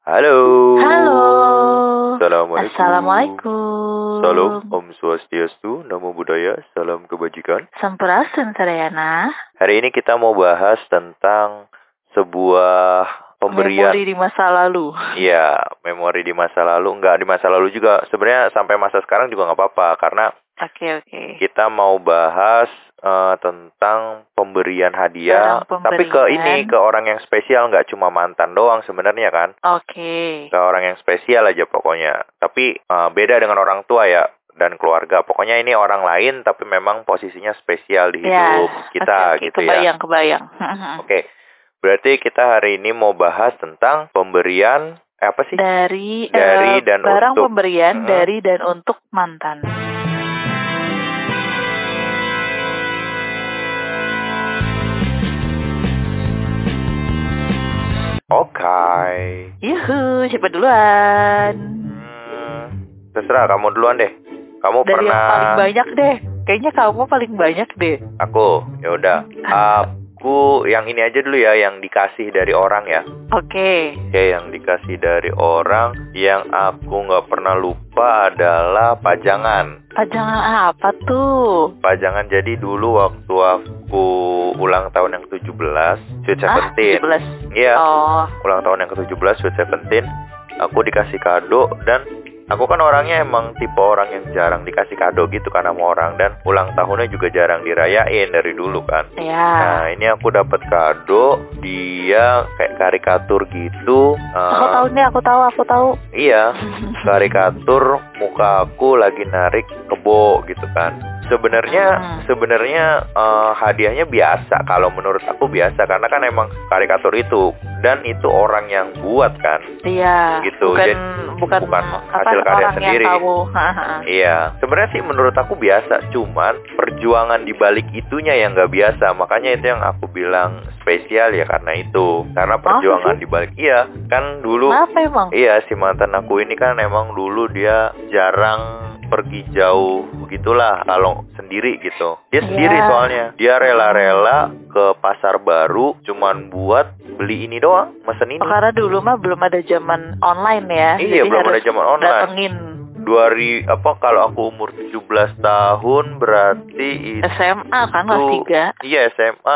Halo. Halo. Assalamualaikum. Assalamualaikum. Salam Om Swastiastu, Namo Buddhaya, Salam Kebajikan. Sampurasun Sarayana. Hari ini kita mau bahas tentang sebuah pemberian. Memori di masa lalu. Iya, memori di masa lalu. Enggak, di masa lalu juga. Sebenarnya sampai masa sekarang juga nggak apa-apa. Karena Oke. kita mau bahas tentang pemberian hadiah. Barang Tapi pemberian. ke orang yang spesial, nggak cuma mantan doang sebenarnya kan. Oke. Ke orang yang spesial aja pokoknya. Tapi beda dengan orang tua ya dan keluarga. Pokoknya ini orang lain tapi memang posisinya spesial di hidup kita Oke. gitu ya. Kebayang. Oke. Berarti kita hari ini mau bahas tentang pemberian apa sih? Dari dan barang untuk pemberian dari dan untuk mantan. Oke. Yuhu, siapa duluan? Terserah kamu duluan deh. Kamu Dari pernah yang paling banyak deh. Kayaknya kamu paling banyak deh. Aku, ya udah. Aku yang ini aja dulu ya, yang dikasih dari orang ya. Oke. Yang dikasih dari orang yang aku nggak pernah lupa adalah pajangan. Pajangan apa tuh? Pajangan jadi dulu waktu aku ulang tahun yang 17, Sweet Seventeen. 17. Iya. Oh. Ulang tahun yang ke-17 Sweet Seventeen, aku dikasih kado dan aku kan orangnya emang tipe orang yang jarang dikasih kado gitu kan sama orang, dan ulang tahunnya juga jarang dirayain dari dulu kan. Iya. Nah ini aku dapat kado, dia kayak karikatur gitu. Aku tahu. Iya, karikatur muka aku lagi narik kebo gitu kan. Sebenarnya hadiahnya biasa, kalau menurut aku biasa karena kan emang karikatur itu dan itu orang yang buat kan. Iya. Gitu. Bukan hasil karya sendiri. Kamu. Iya, sebenarnya sih menurut aku biasa, cuman perjuangan di balik itunya yang nggak biasa. Makanya itu yang aku bilang spesial ya karena itu. Karena perjuangan di balik. Iya, kan dulu. Kenapa emang? Iya, si mantan aku ini kan emang dulu dia jarang pergi jauh begitulah kalau sendiri gitu. Dia sendiri soalnya. Dia rela-rela ke pasar baru cuman buat beli ini doang, mesen ini. Karena dulu mah belum ada zaman online ya. Iya, jadi belum ada zaman online. Datengin. Kalau aku umur 17 tahun berarti itu SMA kan kelas 3. Iya, SMA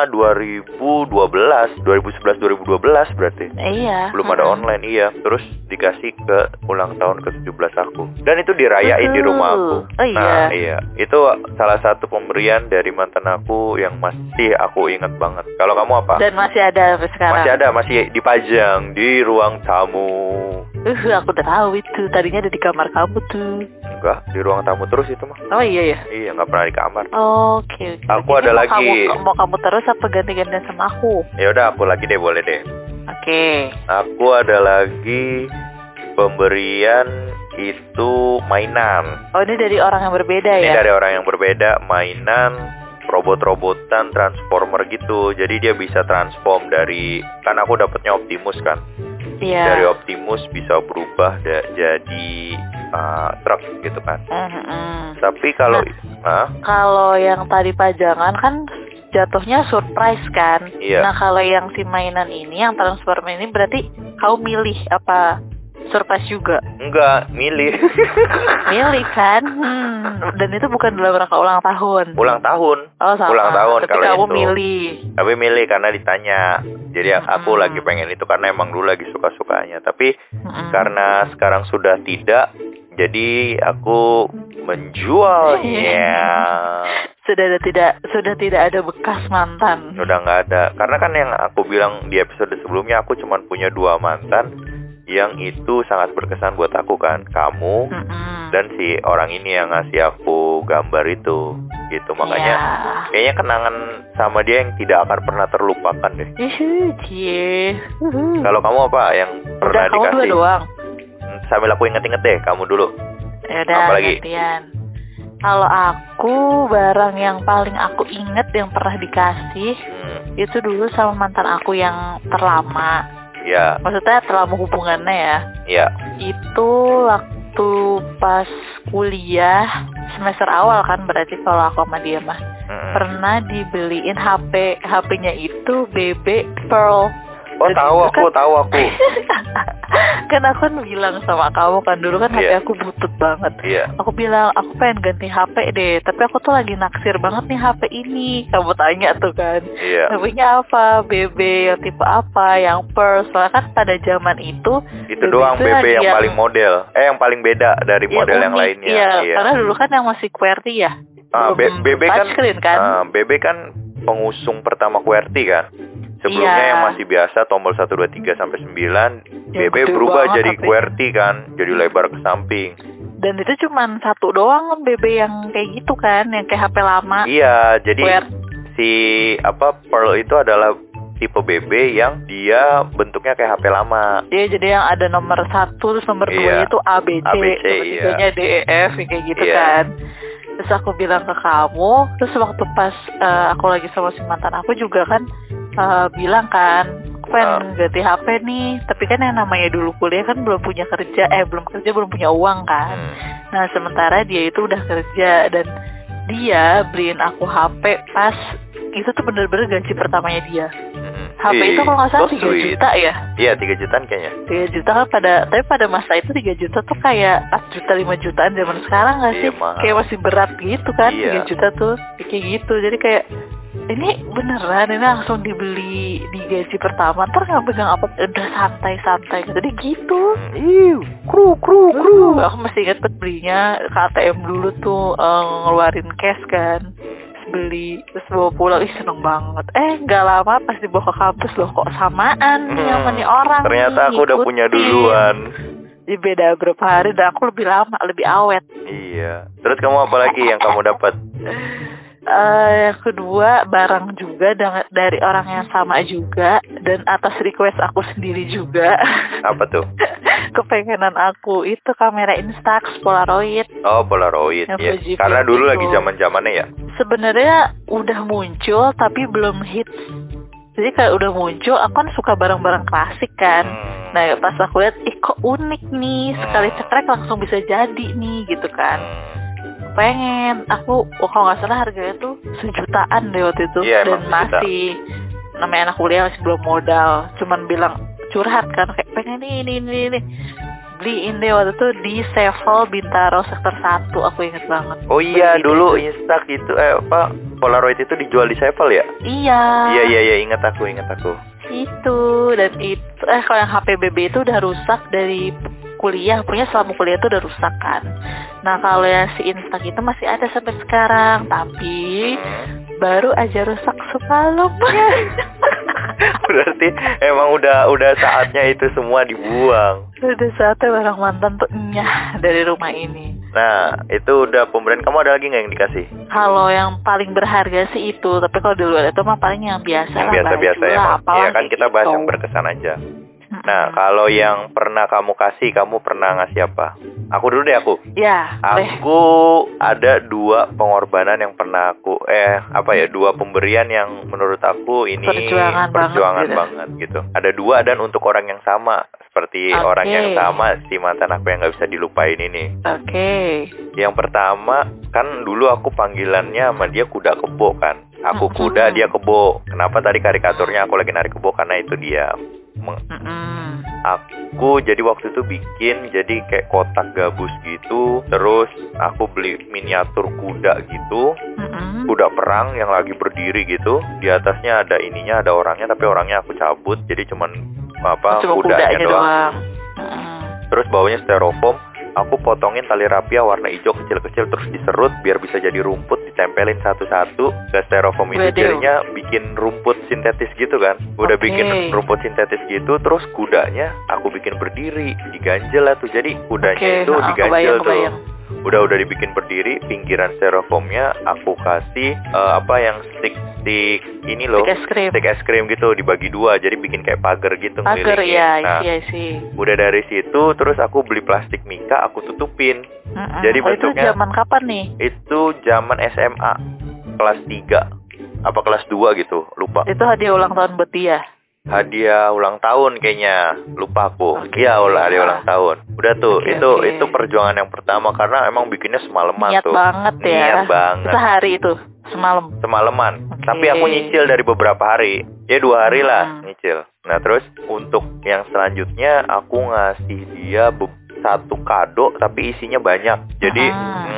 2011 berarti. Iya. Belum ada online, iya. Terus dikasih ke ulang tahun ke-17 aku. Dan itu dirayain di rumah aku. Oh iya. Nah, iya. Itu salah satu pemberian dari mantan aku yang masih aku ingat banget. Kalau kamu apa? Dan masih ada sampai sekarang. Masih ada, masih dipajang di ruang tamu. Aku udah tahu itu. Tadinya ada di kamar kamu tuh. Enggak, di ruang tamu terus itu mah. Oh iya ya. Iya, nggak pernah di kamar. Oke. Aku ada lagi. Mau kamu terus apa ganti-gantian sama aku? Ya udah, aku lagi deh, boleh deh. Oke. Aku ada lagi pemberian itu mainan. Oh, ini dari orang yang berbeda ya? Ini dari orang yang berbeda, mainan robot-robotan transformer gitu. Jadi dia bisa transform dari, kan aku dapetnya Optimus kan. Iya. Dari Optimus bisa berubah jadi truk gitu kan. Tapi kalau kalau yang tadi pajangan kan jatuhnya surprise kan. Iya. Nah kalau yang si mainan ini, yang transformer ini berarti kau milih apa surprise juga? Enggak, milih. Milih kan? Dan itu bukan dalam rangka ulang tahun. Ulang tahun. Oh sama. Ulang tahun. Tapi kalau kamu itu milih. Tapi milih karena ditanya. Jadi aku lagi pengen itu karena emang dulu lagi suka-sukanya. Tapi karena sekarang sudah tidak, jadi aku menjualnya. Sudah tidak ada bekas mantan. Sudah nggak ada. Karena kan yang aku bilang di episode sebelumnya, aku cuma punya 2 mantan yang itu sangat berkesan buat aku kan. Kamu dan si orang ini yang ngasih aku gambar itu. Gitu, makanya kayaknya kenangan sama dia yang tidak akan pernah terlupakan deh. Kalau kamu apa yang pernah dikasih? Kamu 2 doang. Sambil aku inget-inget deh, kamu dulu. Yaudah, gantian. Kalau aku, barang yang paling aku inget yang pernah dikasih itu dulu sama mantan aku yang terlama. Ya. Maksudnya terlama hubungannya ya. Iya. Itu waktu pas kuliah semester awal kan, berarti kalau aku sama dia mah pernah dibeliin HP-nya itu BB Pearl. Oh, tahu aku. Kan aku kan bilang sama kamu kan dulu kan HP aku butut banget. Aku bilang aku pengen ganti HP deh, tapi aku tuh lagi naksir banget nih HP ini. Kamu tanya tuh kan, HP-nya apa, BB yang tipe apa, yang Pearl. Soalnya kan pada zaman itu doang BB yang paling model, yang paling beda dari model yang lainnya. Iya, karena dulu kan yang masih QWERTY ya. BB kan, BB kan pengusung pertama QWERTY kan. Sebelumnya yang masih biasa tombol 1, 2, 3 sampai 9, BB berubah jadi QWERTY kan, jadi lebar ke samping. Dan itu cuman satu doang BB yang kayak gitu kan, yang kayak HP lama. Iya, jadi si Pearl itu adalah tipe BB yang dia bentuknya kayak HP lama. Iya, jadi yang ada nomor 1 terus nomor 2 itu ABC, nomor 3-nya DEF kayak gitu kan. Terus aku bilang ke kamu, terus waktu pas aku lagi sama si mantan aku juga kan bilang kan, aku pengen ganti HP nih, tapi kan yang namanya dulu kuliah kan belum punya kerja, belum punya uang kan. Nah sementara dia itu udah kerja dan dia beliin aku HP pas itu tuh bener-bener gaji pertamanya dia. HP itu kalau nggak salah 3 juta ya? Iya 3 jutaan kayaknya. 3 juta kan tapi pada masa itu 3 juta tuh kayak 4 juta 5 jutaan zaman sekarang nggak sih? Kayak masih berat gitu kan 3 juta tuh kayak gitu. Jadi kayak ini beneran ini langsung dibeli di gaji pertama, ntar nggak pegang apa, udah santai jadi gitu. Kru aku masih inget belinya ke ATM dulu tuh, ngeluarin cash kan, beli terus bawa pulang. Seneng banget. Nggak lama pas dibawa ke kampus loh, kok samaan nih sama nih orang. Ternyata aku udah punya duluan. Jadi beda berapa hari dan aku lebih lama, lebih awet. Iya. Terus kamu apa lagi yang kamu dapat? Yang kedua barang juga dari orang yang sama juga dan atas request aku sendiri juga. Apa tuh? Kepengenan aku itu kamera Instax Polaroid. Oh Polaroid ya. Karena dulu lagi zaman-zamannya ya. Sebenarnya udah muncul tapi belum hits. Jadi kayak udah muncul, aku kan suka barang-barang klasik kan. Nah pas aku lihat, kok unik nih, sekali cekrek langsung bisa jadi nih gitu kan. Pengen aku kalau nggak salah harganya tuh 1 jutaan deh waktu itu. Dan masih namanya anak kuliah masih belum modal, cuman bilang curhat kan kayak pengen ini beliin deh waktu itu di Sevel Bintaro sektor 1. Aku inget banget. Oh iya dulu Instax itu Polaroid itu dijual di Sevel ya? Iya ingat aku itu. Dan itu kalau yang HP BB itu udah rusak dari kuliah, punya selama kuliah itu udah rusak kan. Nah kalau yang si Instax itu masih ada sampai sekarang, tapi baru aja rusak semalam. Berarti emang udah saatnya itu semua dibuang. Udah saatnya barang mantan tuh nyah dari rumah ini. Nah itu udah pemberian. Kamu ada lagi nggak yang dikasih? Kalau yang paling berharga sih itu, tapi kalau di luar itu mah paling yang biasa lah. Biasa ya. Iya kan kita bahas yang berkesan aja. Nah, kalau yang pernah kamu kasih, kamu pernah ngasih apa? Aku dulu deh aku. Ya. Aku ada 2 pengorbanan yang pernah aku, 2 pemberian yang menurut aku ini perjuangan banget gitu. Ada 2 dan untuk orang yang sama, seperti orang yang sama si mantan aku yang nggak bisa dilupain ini. Yang pertama kan dulu aku panggilannya sama dia kuda kebo kan. Aku kuda, dia kebo. Kenapa tadi karikaturnya aku lagi narik kebo? Karena itu dia. Aku jadi waktu itu bikin jadi kayak kotak gabus gitu. Terus aku beli miniatur kuda gitu, kuda perang yang lagi berdiri gitu. Di atasnya ada ininya, ada orangnya, tapi orangnya aku cabut. Jadi cuman kudanya doang. Terus bawahnya styrofoam. Aku potongin tali rapia warna hijau kecil-kecil, terus diserut biar bisa jadi rumput, ditempelin satu-satu ke styrofoam itu. Jadinya bikin rumput sintetis gitu kan. Udah bikin rumput sintetis gitu, terus kudanya aku bikin berdiri, diganjel lah tuh. Jadi kudanya itu diganjel tuh. Udah dibikin berdiri, pinggiran styrofoamnya aku kasih yang stick ini loh, stick es krim gitu, dibagi 2, jadi bikin kayak pagar gitu ngelilingin. Udah dari situ terus aku beli plastik mika, aku tutupin. Jadi bentuknya. Itu zaman kapan nih? Itu zaman SMA kelas 3 apa kelas 2 gitu, lupa. Itu hadiah ulang tahun buat dia? Hadiah ulang tahun kayaknya, lupa aku. Iya, hadiah ulang tahun. Udah tuh, itu perjuangan yang pertama karena emang bikinnya semalaman. Niat tuh. Niat banget. Sehari itu. Semalaman. Okay. Tapi aku nyicil dari beberapa hari. Ya 2 hari lah nyicil. Nah terus untuk yang selanjutnya aku ngasih dia satu kado tapi isinya banyak. Jadi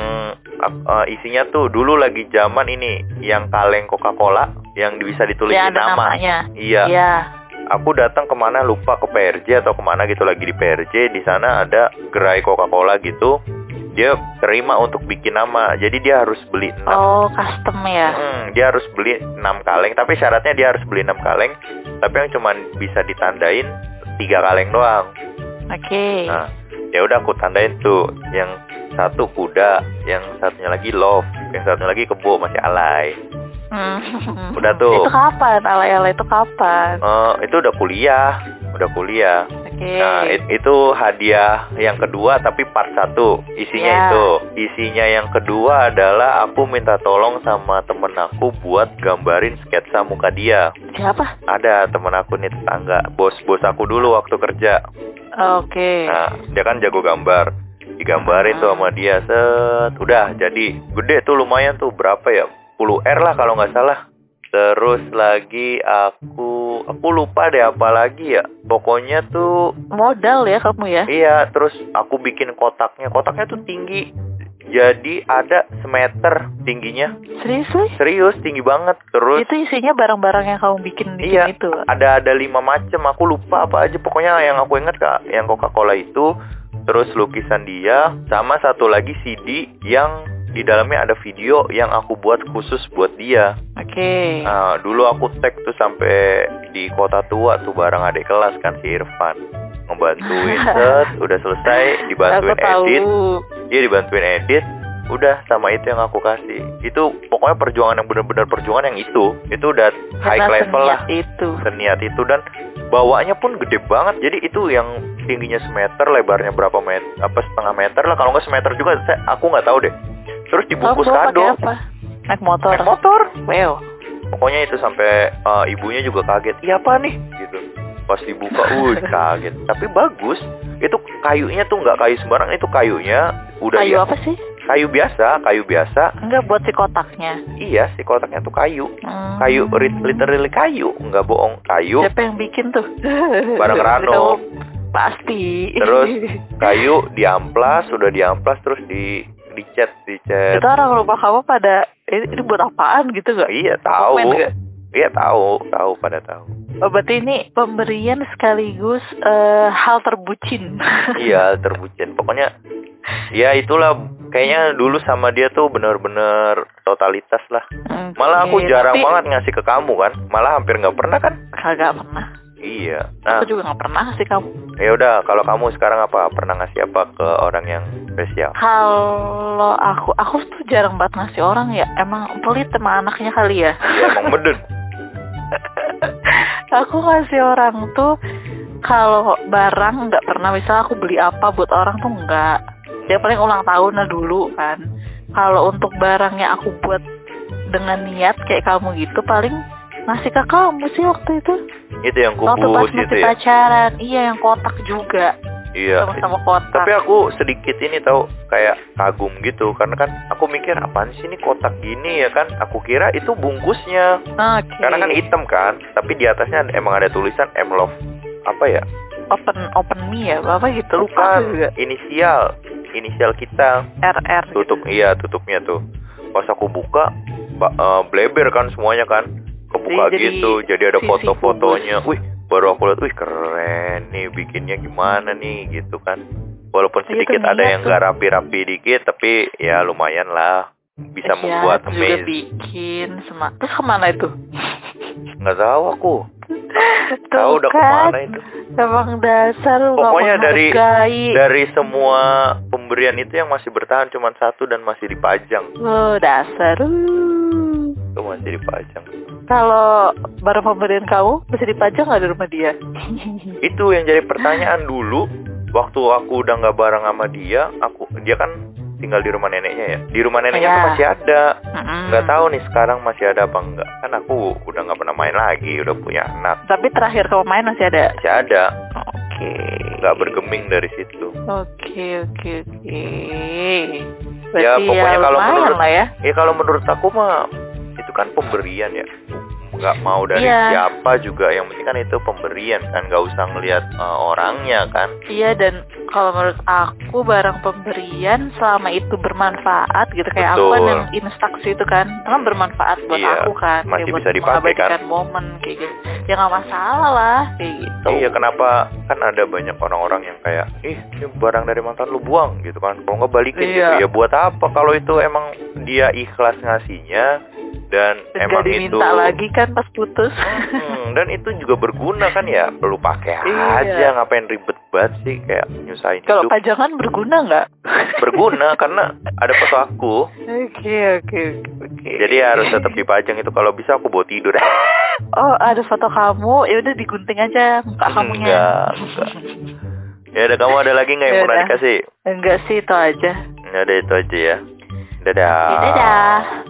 isinya tuh dulu lagi zaman ini yang kaleng Coca-Cola yang bisa ditulisin nama. Namanya. Iya. Aku datang kemana lupa, ke PRJ atau kemana gitu, lagi di PRJ. Di sana ada gerai Coca-Cola gitu. Dia terima untuk bikin nama. Jadi dia harus beli 6. Oh, custom ya. Dia harus beli 6 kaleng. Tapi syaratnya dia harus beli 6 kaleng. Tapi yang cuma bisa ditandain 3 kaleng doang. Oke. Nah, ya udah aku tandain tuh. Yang satu kuda, yang satunya lagi love, yang satunya lagi kebo, masih alay. Udah tuh. Itu kapan? Alay-alay itu kapan? Itu udah kuliah. Okay. Nah itu hadiah yang kedua tapi part 1. Isinya Isinya yang kedua adalah aku minta tolong sama temen aku buat gambarin sketsa muka dia. Siapa? Ada temen aku nih, tetangga. Bos aku dulu waktu kerja. Oke. Nah dia kan jago gambar. Digambarin tuh sama dia. Udah jadi gede tuh, lumayan tuh. Berapa ya? 10R lah kalau nggak salah. Terus lagi aku lupa deh apa lagi ya. Pokoknya tuh modal ya kamu ya. Iya, terus aku bikin kotaknya. Kotaknya tuh tinggi. Jadi ada semeter tingginya. Serius tinggi banget. Terus itu isinya barang-barang yang kamu bikin itu. Ada 5 macam. Aku lupa apa aja. Pokoknya yang aku ingat yang Coca-Cola itu. Terus lukisan dia. Sama satu lagi CD yang di dalamnya ada video yang aku buat khusus buat dia. Oke. Nah, dulu aku tag tuh sampai di Kota Tua tuh bareng adik kelas kan, si Irfan. Ngebantuin udah selesai, dibantuin edit. Dia dibantuin edit. Udah sama itu yang aku kasih. Itu pokoknya perjuangan yang benar-benar perjuangan yang itu. Itu udah high level lah. Seniat itu dan bawanya pun gede banget. Jadi itu yang tingginya semeter, lebarnya berapa meter, setengah meter lah. Kalau nggak semeter juga, aku nggak tahu deh. Terus dibungkus kado. Apa? Naik motor. Wow. Pokoknya itu sampai ibunya juga kaget. Iya apa nih? Gitu. Pas dibuka, kaget. Tapi bagus. Itu kayunya tuh nggak kayu sembarang. Itu kayunya udah. Kayu apa sih? Kayu biasa. Enggak buat si kotaknya. Iya, si kotaknya tuh kayu. Kayu, literally kayu. Enggak bohong, kayu. Siapa yang bikin tuh? Bareng Rano. Pasti. Terus kayu diamplas, terus dicat. Itu orang rumah kamu pada ini buat apaan gitu gak? Iya tahu. Iya tahu pada tahu. Oh, berarti ini pemberian sekaligus hal terbucin. Iya, hal terbucin. Pokoknya ya itulah, kayaknya dulu sama dia tuh benar-benar totalitas lah. Malah aku jarang banget ngasih ke kamu kan. Malah hampir nggak pernah kan? Kagak pernah. Iya. Nah, aku juga nggak pernah ngasih kamu. Ya udah, kalau kamu sekarang pernah ngasih apa ke orang yang spesial? Kalau aku tuh jarang banget ngasih orang ya. Emang pelit sama anaknya kali ya. Iya, emang bener. Aku ngasih orang tuh kalau barang nggak pernah. Misal aku beli apa buat orang tuh nggak. Dia paling ulang tahun lah dulu kan. Kalau untuk barangnya aku buat dengan niat kayak kamu gitu, paling ngasih ke kamu sih waktu itu. Itu yang kubus waktu pas itu masih pacaran. Iya, yang kotak juga. Iya. Sama-sama kotak. Tapi aku sedikit ini tahu kayak kagum gitu, karena kan aku mikir apaan sih ini kotak gini ya kan? Aku kira itu bungkusnya. Okay. Karena kan hitam kan, tapi di atasnya emang ada tulisan M Love apa ya? Open me ya, apa gitu. Lupa juga. Inisial kita. RR. Tutup gitu. Iya, tutupnya tuh. Pas aku buka bleber kan semuanya kan. Kebuka gitu, jadi ada foto-fotonya. Wih, baru aku lihat, wih keren nih, bikinnya gimana nih gitu kan. Walaupun sedikit ada yang nggak rapi-rapi dikit, tapi ya lumayan lah, bisa membuat amazing. Juga bikin terus kemana itu? Nggak tahu aku. Tahu udah kemana itu? Emang dasar. Pokoknya dari semua pemberian itu yang masih bertahan cuma 1 dan masih dipajang. Oh, dasar. Itu masih dipajang. Kalau barang pemberian kamu masih dipajang nggak di rumah dia? Itu yang jadi pertanyaan dulu. Waktu aku udah nggak bareng sama dia kan tinggal di rumah neneknya ya. Di rumah neneknya tuh masih ada. Nggak tahu nih sekarang masih ada apa enggak. Kan aku udah nggak pernah main lagi, udah punya anak. Tapi terakhir kamu main masih ada? Masih ada. Oke. Nggak bergeming dari situ. Oke. Ya pokoknya kalau menurut lah ya. Ya kalau menurut aku mah kan pemberian ya, nggak mau dari siapa juga, yang penting kan itu pemberian kan, nggak usah ngelihat orangnya kan. Iya, dan kalau menurut aku barang pemberian selama itu bermanfaat gitu, kayak aku kan yang Instax itu kan bermanfaat buat aku kan, masih kayak bisa dipakai kan, momen kayak gitu ya nggak masalah lah kayak gitu. Iya, kenapa, kan ada banyak orang-orang yang kayak ini barang dari mantan lu buang gitu kan, kalau nggak balikin gitu ya buat apa, kalau itu emang dia ikhlas ngasihnya dan emang gak diminta lagi kan pas putus. Dan itu juga berguna kan ya, lu pakai aja, ngapain ribet banget sih kayak nyusahin hidup. Kalau pajangan berguna nggak? Berguna karena ada foto aku. Oke. Jadi harus tetap dipajang itu, kalau bisa aku bawa tidur. Oh, ada foto kamu, ya udah digunting aja muka kamunya. Enggak. Ya udah, kamu ada lagi nggak yang mau dikasih? Enggak sih, itu aja. Ya udah, itu aja ya. Dadah. Dadah.